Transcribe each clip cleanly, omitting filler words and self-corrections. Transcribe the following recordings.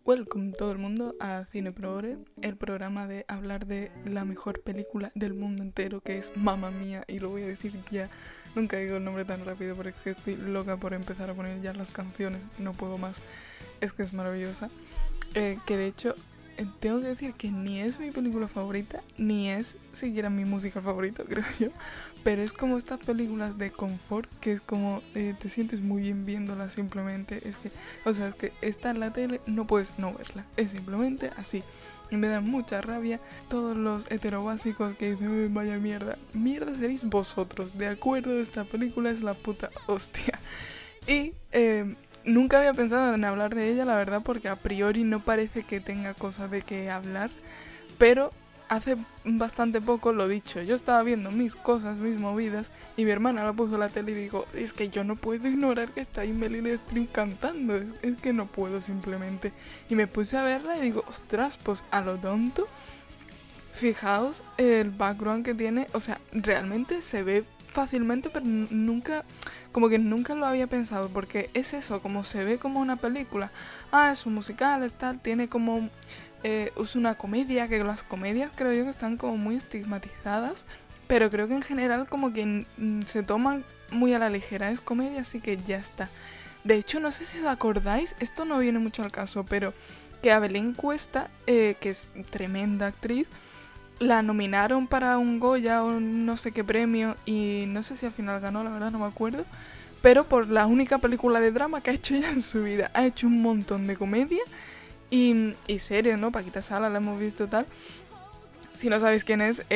Welcome todo el mundo a Cine Progre, el programa de hablar de la mejor película del mundo entero, que es Mamma Mía, y lo voy a decir ya. Nunca digo el nombre tan rápido porque es que estoy loca por empezar a poner ya las canciones, no puedo más, es que es maravillosa. Que de hecho tengo que decir que ni es mi película favorita, ni es siquiera mi música favorita, creo yo, pero es como estas películas de confort que es como te sientes muy bien viéndolas simplemente. Es que está en la tele, no puedes no verla, es simplemente así. Y me da mucha rabia todos los heterobásicos que dicen vaya mierda seréis vosotros, de acuerdo, esta película es la puta hostia. Y nunca había pensado en hablar de ella, la verdad, porque a priori no parece que tenga cosas de qué hablar, pero hace bastante poco, lo dicho, yo estaba viendo mis cosas, mis movidas, y mi hermana la puso en la tele y digo, es que yo no puedo ignorar que está ahí Meryl Streep cantando, es que no puedo simplemente. Y me puse a verla y digo, ostras, pues a lo tonto, fijaos el background que tiene, o sea, realmente se ve fácilmente, pero nunca, como que nunca lo había pensado, porque es eso, como se ve como una película, es un musical, tiene como, es una comedia, que las comedias creo yo que están como muy estigmatizadas, pero creo que en general como que se toman muy a la ligera, es comedia, así que ya está. De hecho, no sé si os acordáis, esto no viene mucho al caso, pero que a Belén Cuesta, que es tremenda actriz, la nominaron para un Goya o no sé qué premio y no sé si al final ganó, la verdad no me acuerdo, pero por la única película de drama que ha hecho ella en su vida. Ha hecho un montón de comedia y series, ¿no? Paquita Sala la hemos visto tal. Si no sabéis quién es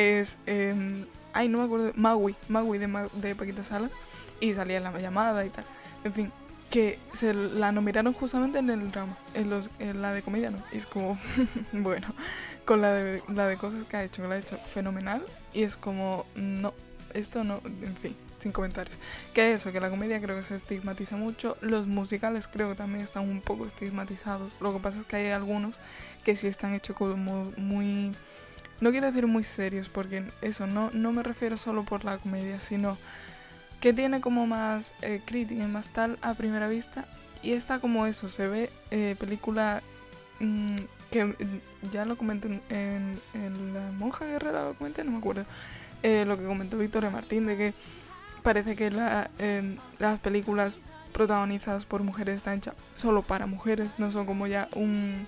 no me acuerdo, Magui de Paquita Salas, y salía en La Llamada y tal. En fin, que se la nominaron justamente en el drama, en la de comedia no. Y es como, bueno, con la de cosas que la ha hecho fenomenal. Y es como, no, esto no, en fin, sin comentarios. Que eso, que la comedia creo que se estigmatiza mucho. Los musicales creo que también están un poco estigmatizados. Lo que pasa es que hay algunos que sí están hechos como muy... No quiero decir muy serios, porque eso, no me refiero solo por la comedia, sino que tiene como más crítica y más tal a primera vista. Y está como eso, se ve película que ya lo comenté en La Monja Guerrera, lo comenté, no me acuerdo. Lo que comentó Victoria Martín, de que parece que las películas protagonizadas por mujeres están hechas solo para mujeres, no son como ya un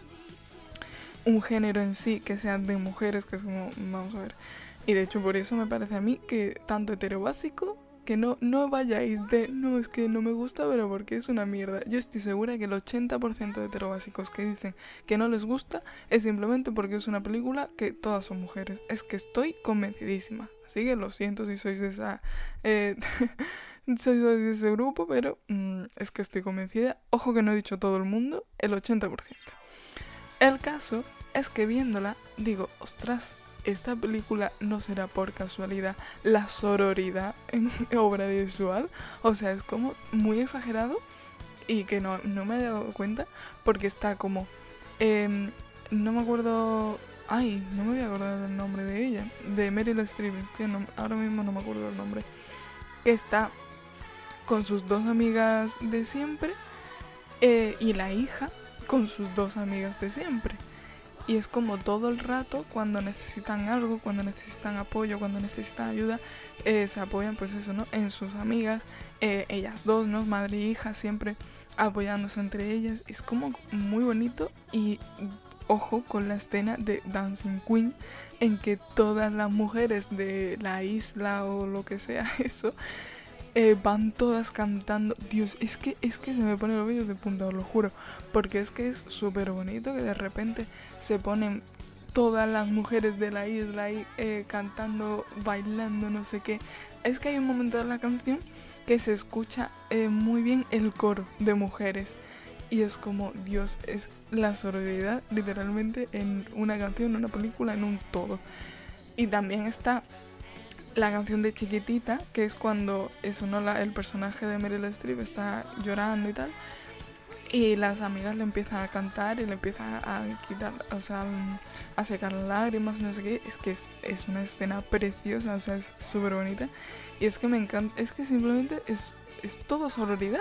género en sí que sean de mujeres, que es como, vamos a ver. Y de hecho por eso me parece a mí que tanto heterobásico, que no vayáis de, no, es que no me gusta, pero porque es una mierda. Yo estoy segura que el 80% de heterobásicos que dicen que no les gusta es simplemente porque es una película que todas son mujeres. Es que estoy convencidísima. Así que lo siento si sois de esa... sois de ese grupo, pero es que estoy convencida. Ojo que no he dicho todo el mundo, el 80%. El caso es que viéndola digo, ostras, esta película no será por casualidad la sororidad en obra visual. O sea, es como muy exagerado y que no me he dado cuenta porque está como... no me acuerdo... no me voy a acordar del nombre de ella. De Meryl Streep, es que ahora mismo no me acuerdo del nombre. Que está con sus dos amigas de siempre y la hija con sus dos amigas de siempre. Y es como todo el rato, cuando necesitan algo, cuando necesitan apoyo, cuando necesitan ayuda, se apoyan, pues eso, ¿no? En sus amigas, ellas dos, ¿no? Madre e hija, siempre apoyándose entre ellas. Es como muy bonito. Y ojo con la escena de Dancing Queen, en que todas las mujeres de la isla o lo que sea eso, van todas cantando. Dios, es que se me ponen los vellos de punta, os lo juro, porque es que es súper bonito que de repente se ponen todas las mujeres de la isla ahí cantando, bailando, no sé qué. Es que hay un momento de la canción que se escucha muy bien el coro de mujeres y es como, Dios, es la sororidad literalmente en una canción, en una película, en un todo. Y también está la canción de Chiquitita, que es cuando eso, ¿no? El personaje de Meryl Streep está llorando y tal, y las amigas le empiezan a cantar y le empiezan a quitar, o sea, a secar las lágrimas, no sé qué. Es que es una escena preciosa, o sea, es súper bonita. Y es que me encanta, es que simplemente es todo sororidad.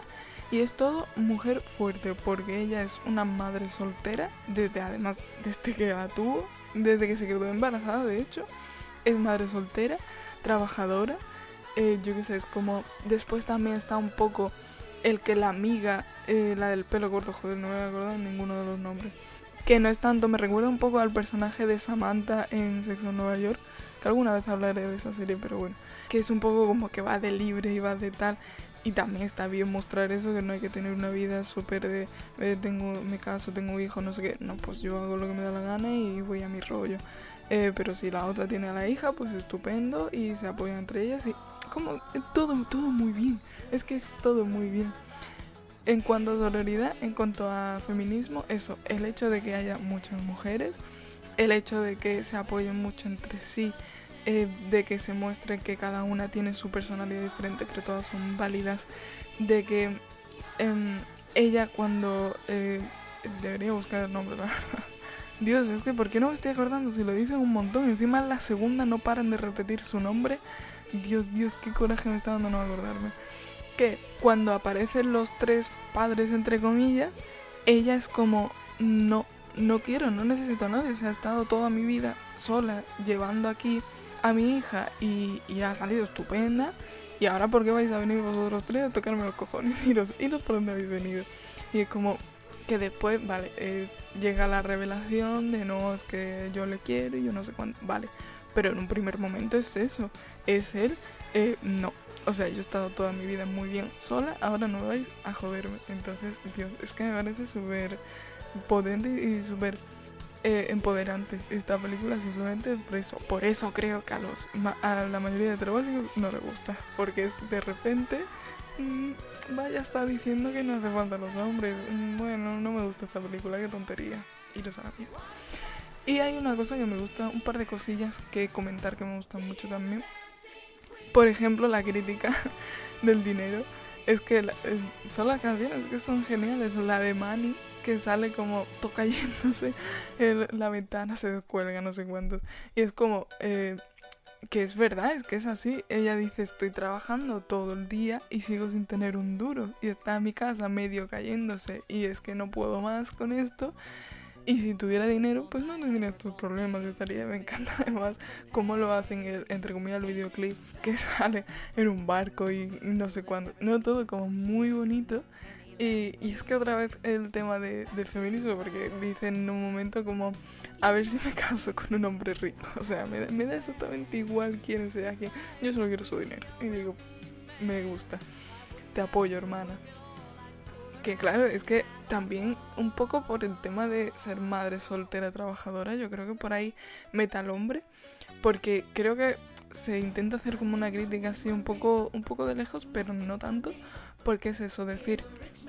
Y es todo mujer fuerte, porque ella es una madre soltera, desde que la tuvo, desde que se quedó embarazada, de hecho, es madre soltera, trabajadora, yo qué sé, es como, después también está un poco el que la amiga, la del pelo corto, joder, no me voy a acordar ninguno de los nombres, que no es tanto, me recuerda un poco al personaje de Samantha en Sexo en Nueva York, que alguna vez hablaré de esa serie, pero bueno, que es un poco como que va de libre y va de tal, y también está bien mostrar eso, que no hay que tener una vida súper de me caso, tengo hijos, no sé qué, no, pues yo hago lo que me da la gana y voy a mi rollo. Pero si la otra tiene a la hija, pues estupendo, y se apoyan entre ellas, y como todo muy bien, es que es todo muy bien. En cuanto a sororidad, en cuanto a feminismo, eso, el hecho de que haya muchas mujeres, el hecho de que se apoyen mucho entre sí, de que se muestre que cada una tiene su personalidad diferente, pero todas son válidas, de que ella cuando... debería buscar el nombre, la verdad. Dios, es que ¿por qué no me estoy acordando? Si lo dicen un montón, encima en la segunda no paran de repetir su nombre. Dios, qué coraje me está dando no acordarme. Que cuando aparecen los tres padres, entre comillas, ella es como, no quiero, no necesito a nadie, o sea, he estado toda mi vida sola llevando aquí a mi hija y ha salido estupenda, y ahora ¿por qué vais a venir vosotros tres a tocarme los cojones? Iros por donde habéis venido. Y es como que después, vale, llega la revelación de no, es que yo le quiero y yo no sé cuánto, vale, pero en un primer momento es eso, es él, no. O sea, yo he estado toda mi vida muy bien sola, ahora no vais a joderme. Entonces, Dios, es que me parece súper potente y súper empoderante esta película, simplemente por eso creo que a la mayoría de heterobásicos no le gusta, porque es de repente vaya, está diciendo que no hace falta los hombres. Bueno, no me gusta esta película, qué tontería, iros a la mierda. Y hay una cosa que me gusta, un par de cosillas que comentar que me gustan mucho también. Por ejemplo, la crítica del dinero. Es que son las canciones que son geniales. La de Manny, que sale como cayéndose la ventana, se descuelga, no sé cuántos. Y es como que es verdad, es que es así. Ella dice, estoy trabajando todo el día y sigo sin tener un duro. Y está en mi casa medio cayéndose. Y es que no puedo más con esto. Y si tuviera dinero, pues no tendría estos problemas, me encanta además cómo lo hacen, entre comillas, el videoclip, que sale en un barco y no sé cuándo, no, todo como muy bonito. Y es que otra vez el tema del feminismo, porque dicen en un momento como, a ver si me caso con un hombre rico, o sea, me da exactamente igual quién sea quién, yo solo quiero su dinero, y digo, me gusta, te apoyo, hermana. Que claro, es que también un poco por el tema de ser madre soltera trabajadora, yo creo que por ahí meta al hombre, porque creo que se intenta hacer como una crítica así un poco de lejos, pero no tanto, porque es eso, decir,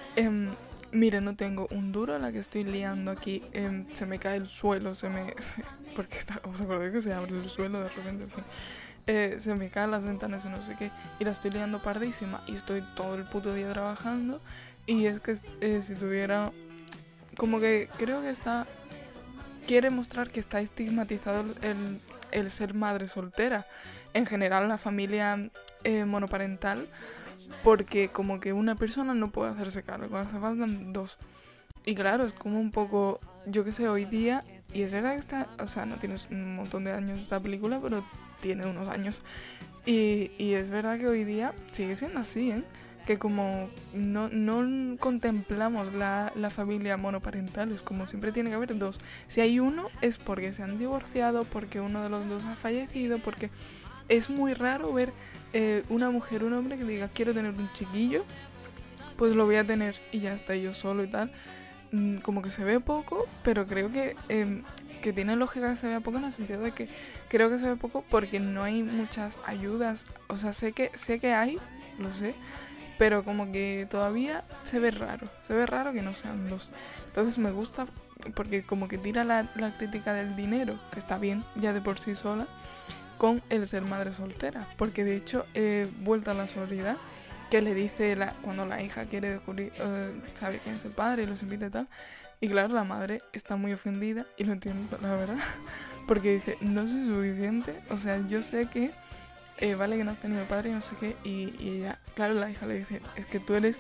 mire, no tengo un duro, la que estoy liando aquí, se me cae el suelo, porque os acordáis que se abre el suelo de repente, en fin. Se me caen las ventanas y no sé qué, y la estoy liando pardísima, y estoy todo el puto día trabajando. Y es que si tuviera, como que creo que quiere mostrar que está estigmatizado el ser madre soltera, en general la familia monoparental, porque como que una persona no puede hacerse cargo, hace falta dos. Y claro, es como un poco, yo que sé, hoy día, y es verdad que o sea, no tienes un montón de años esta película, pero tiene unos años. Y es verdad que hoy día sigue siendo así, ¿eh? Que como no contemplamos la familia monoparental, es como siempre tiene que haber dos. Si hay uno es porque se han divorciado, porque uno de los dos ha fallecido, porque es muy raro ver una mujer, un hombre que diga quiero tener un chiquillo, pues lo voy a tener y ya está, yo solo y tal. Como que se ve poco, pero creo que tiene lógica que se vea poco, en el sentido de que creo que se ve poco porque no hay muchas ayudas. O sea, sé que hay, lo sé, pero como que todavía se ve raro que no sean dos. Entonces me gusta porque como que tira la crítica del dinero, que está bien ya de por sí sola, con el ser madre soltera, porque de hecho vuelta a la sororidad, que le dice cuando la hija quiere descubrir, sabe quién es el padre y los invita y tal, y claro, la madre está muy ofendida, y lo entiendo, la verdad, porque dice, no soy suficiente, o sea, yo sé que vale que no has tenido padre y no sé qué, y ella, claro, la hija le dice, es que tú eres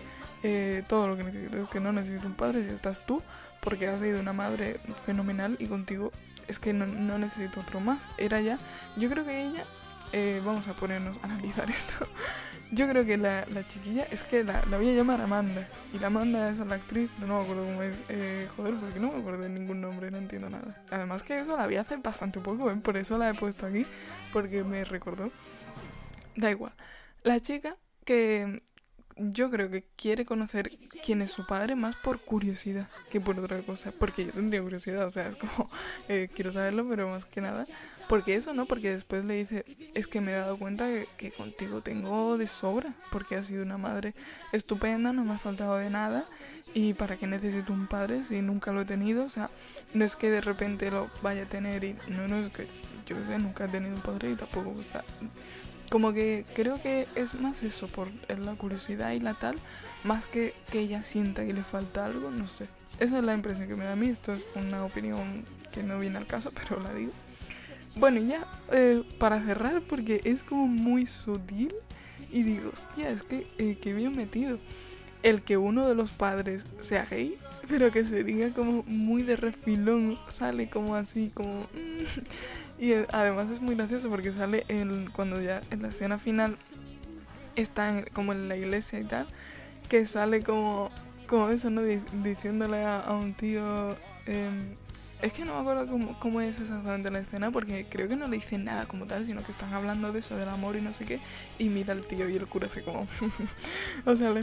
todo lo que necesito. Es que no necesito un padre si estás tú, porque has sido una madre fenomenal y contigo es que no necesito otro más. Era ya, yo creo que ella, vamos a ponernos a analizar esto. Yo creo que la chiquilla, es que la voy a llamar Amanda. Y la Amanda es la actriz, no me acuerdo cómo es. Joder, porque no me acuerdo de ningún nombre, no entiendo nada. Además que eso la vi hace bastante poco, por eso la he puesto aquí, porque me recordó. Da igual. La chica que yo creo que quiere conocer quién es su padre más por curiosidad que por otra cosa. Porque yo tendría curiosidad, o sea, es como, quiero saberlo, pero más que nada. Porque eso, ¿no? Porque después le dice, es que me he dado cuenta que contigo tengo de sobra, porque has sido una madre estupenda, no me ha faltado de nada, y ¿para qué necesito un padre si nunca lo he tenido? O sea, no es que de repente lo vaya a tener y no es que, yo qué sé, nunca he tenido un padre y tampoco está... Como que creo que es más eso, por la curiosidad y la tal, más que ella sienta que le falta algo, no sé. Esa es la impresión que me da a mí, esto es una opinión que no viene al caso, pero la digo. Bueno, y ya para cerrar, porque es como muy sutil, y digo, hostia, es que bien metido. El que uno de los padres sea gay, pero que se diga como muy de refilón, sale como así, como... Y además es muy gracioso porque sale cuando ya en la escena final está como en la iglesia y tal, que sale como eso, ¿no? Diciéndole a un tío... es que no me acuerdo cómo es exactamente la escena, porque creo que no le dicen nada como tal, sino que están hablando de eso, del amor y no sé qué, y mira al tío y el cura hace como... o sea,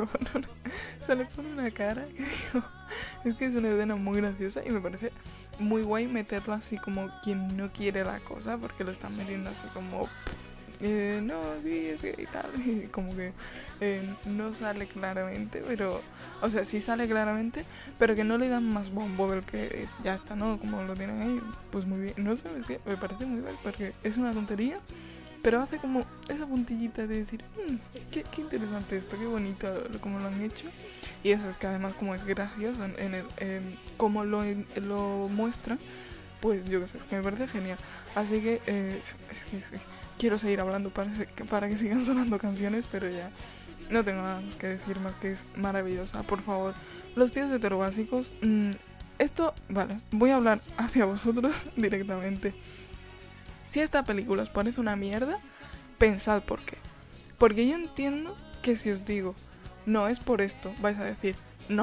se le pone una cara que digo... Es que es una escena muy graciosa y me parece muy guay meterlo así como quien no quiere la cosa, porque lo están metiendo así como... no, sí, es que y tal, y como que no sale claramente, pero, o sea, sí sale claramente, pero que no le dan más bombo del que es, ya está, ¿no? Como lo tienen ahí, pues muy bien, no sé, es que me parece muy bien, porque es una tontería, pero hace como esa puntillita de decir, qué interesante esto, qué bonito como lo han hecho, y eso es que además como es gracioso como lo muestra, pues yo qué sé, es que me parece genial, así que es que quiero seguir hablando para que sigan sonando canciones, pero ya no tengo nada más que decir, más que es maravillosa. Por favor, los tíos heterobásicos, esto, vale, voy a hablar hacia vosotros directamente. Si esta película os parece una mierda, pensad por qué. Porque yo entiendo que si os digo, no es por esto, vais a decir,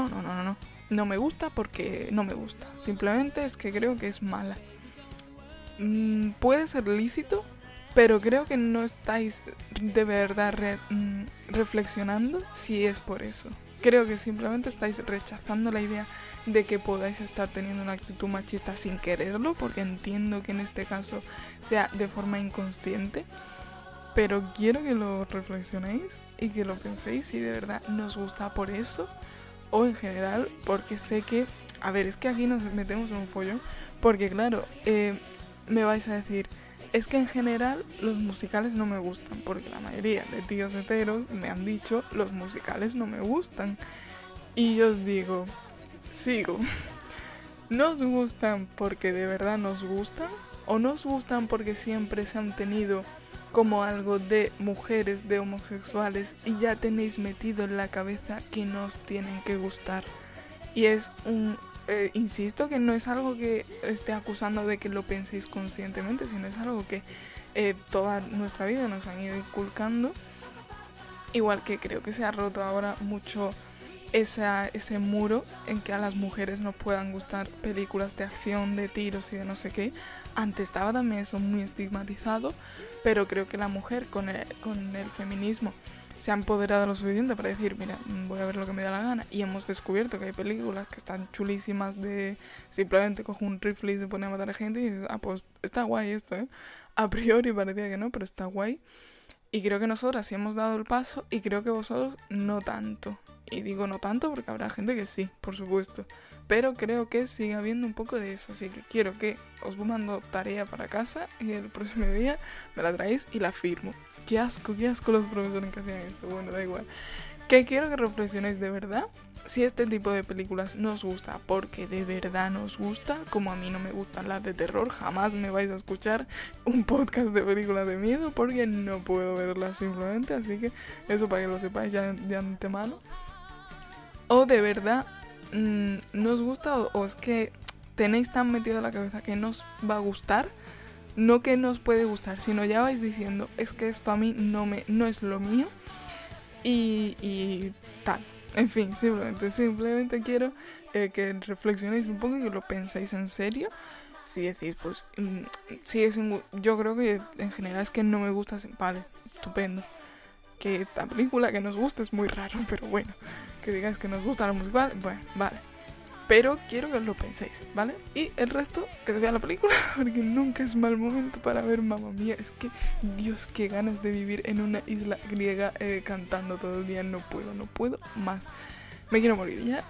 no me gusta porque no me gusta. Simplemente es que creo que es mala. Puede ser lícito, pero creo que no estáis de verdad reflexionando si es por eso. Creo que simplemente estáis rechazando la idea de que podáis estar teniendo una actitud machista sin quererlo, porque entiendo que en este caso sea de forma inconsciente, pero quiero que lo reflexionéis y que lo penséis si de verdad nos gusta por eso o en general, porque sé que, a ver, es que aquí nos metemos en un follón, porque claro, me vais a decir, es que en general los musicales no me gustan, porque la mayoría de tíos heteros me han dicho, los musicales no me gustan. Y yo os digo, sigo, ¿nos gustan porque de verdad nos gustan? ¿O nos gustan porque siempre se han tenido como algo de mujeres, de homosexuales, y ya tenéis metido en la cabeza que nos tienen que gustar? Y es insisto que no es algo que esté acusando de que lo penséis conscientemente, sino es algo que toda nuestra vida nos han ido inculcando. Igual que creo que se ha roto ahora mucho ese muro en que a las mujeres nos puedan gustar películas de acción, de tiros y de no sé qué. Antes estaba también eso muy estigmatizado, pero creo que la mujer con el feminismo se ha empoderado lo suficiente para decir, mira, voy a ver lo que me da la gana. Y hemos descubierto que hay películas que están chulísimas de simplemente coge un rifle y se pone a matar a gente y dices, pues está guay esto, ¿eh? A priori parecía que no, pero está guay. Y creo que nosotras sí hemos dado el paso y creo que vosotros no tanto. Y digo no tanto porque habrá gente que sí, por supuesto. Pero creo que sigue habiendo un poco de eso. Así que quiero que os mando tarea para casa y el próximo día me la traéis y la firmo. Qué asco los profesores que hacían esto. Bueno, da igual. Que quiero que reflexionéis de verdad. Si este tipo de películas nos gusta porque de verdad nos gusta, como a mí no me gustan las de terror, jamás me vais a escuchar un podcast de películas de miedo porque no puedo verlas simplemente, así que eso para que lo sepáis ya de antemano. o de verdad no os gusta o es que tenéis tan metido en la cabeza que no os va a gustar, no que no os puede gustar, sino ya vais diciendo, es que esto a mí no es lo mío y tal. En fin, simplemente quiero que reflexionéis un poco y que lo penséis en serio. Si decís, pues, yo creo que en general es que no me gusta, vale, estupendo. Que esta película que nos gusta es muy raro, pero bueno, que digáis que nos gusta la musical, bueno, vale. Pero quiero que os lo penséis, ¿vale? Y el resto, que se vea la película, porque nunca es mal momento para ver Mamma Mía. Es que, Dios, qué ganas de vivir en una isla griega cantando todo el día. No puedo más. Me quiero morir ya.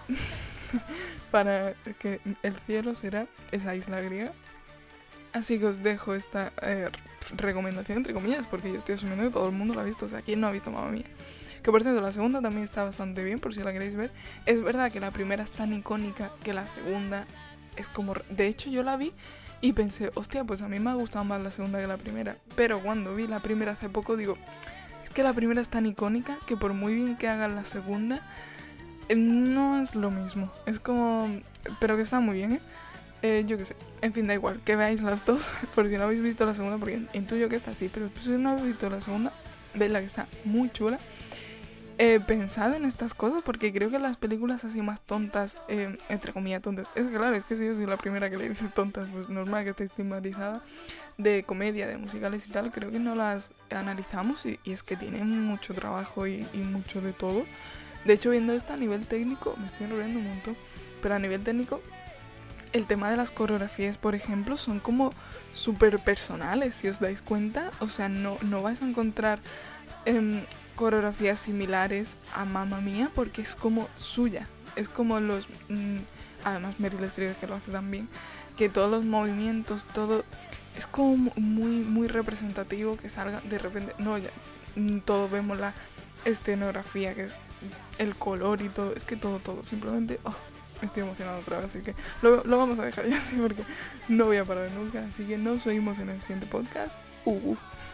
Para que el cielo será esa isla griega. Así que os dejo esta recomendación, entre comillas, porque yo estoy asumiendo que todo el mundo la ha visto. O sea, ¿quién no ha visto Mamma Mía? Que por cierto, la segunda también está bastante bien, por si la queréis ver. Es verdad que la primera es tan icónica que la segunda es como... De hecho, yo la vi y pensé, hostia, pues a mí me ha gustado más la segunda que la primera. Pero cuando vi la primera hace poco, digo, es que la primera es tan icónica que por muy bien que hagan la segunda, no es lo mismo. Es como... Pero que está muy bien, yo qué sé. En fin, da igual, que veáis las dos, por si no habéis visto la segunda, porque intuyo que está así. Pero si no habéis visto la segunda, veis la que está muy chula. Pensad en estas cosas porque creo que las películas así más tontas, entre comillas tontas, es claro, es que si yo soy la primera que le dice tontas, pues normal que esté estigmatizada, de comedia, de musicales y tal, creo que no las analizamos y es que tienen mucho trabajo y mucho de todo. De hecho, viendo esto a nivel técnico, me estoy enrollando un montón, pero a nivel técnico, el tema de las coreografías, por ejemplo, son como súper personales, si os dais cuenta. O sea, no vais a encontrar coreografías similares a Mamma Mía porque es como suya. Es como los... además Meryl Streep que lo hace también, que todos los movimientos, todo... Es como muy representativo que salga de repente... No, ya todos vemos la escenografía, que es el color y todo. Es que todo, simplemente... me estoy emocionado otra vez, así que lo vamos a dejar ya así porque no voy a parar nunca. Así que nos oímos en el siguiente podcast.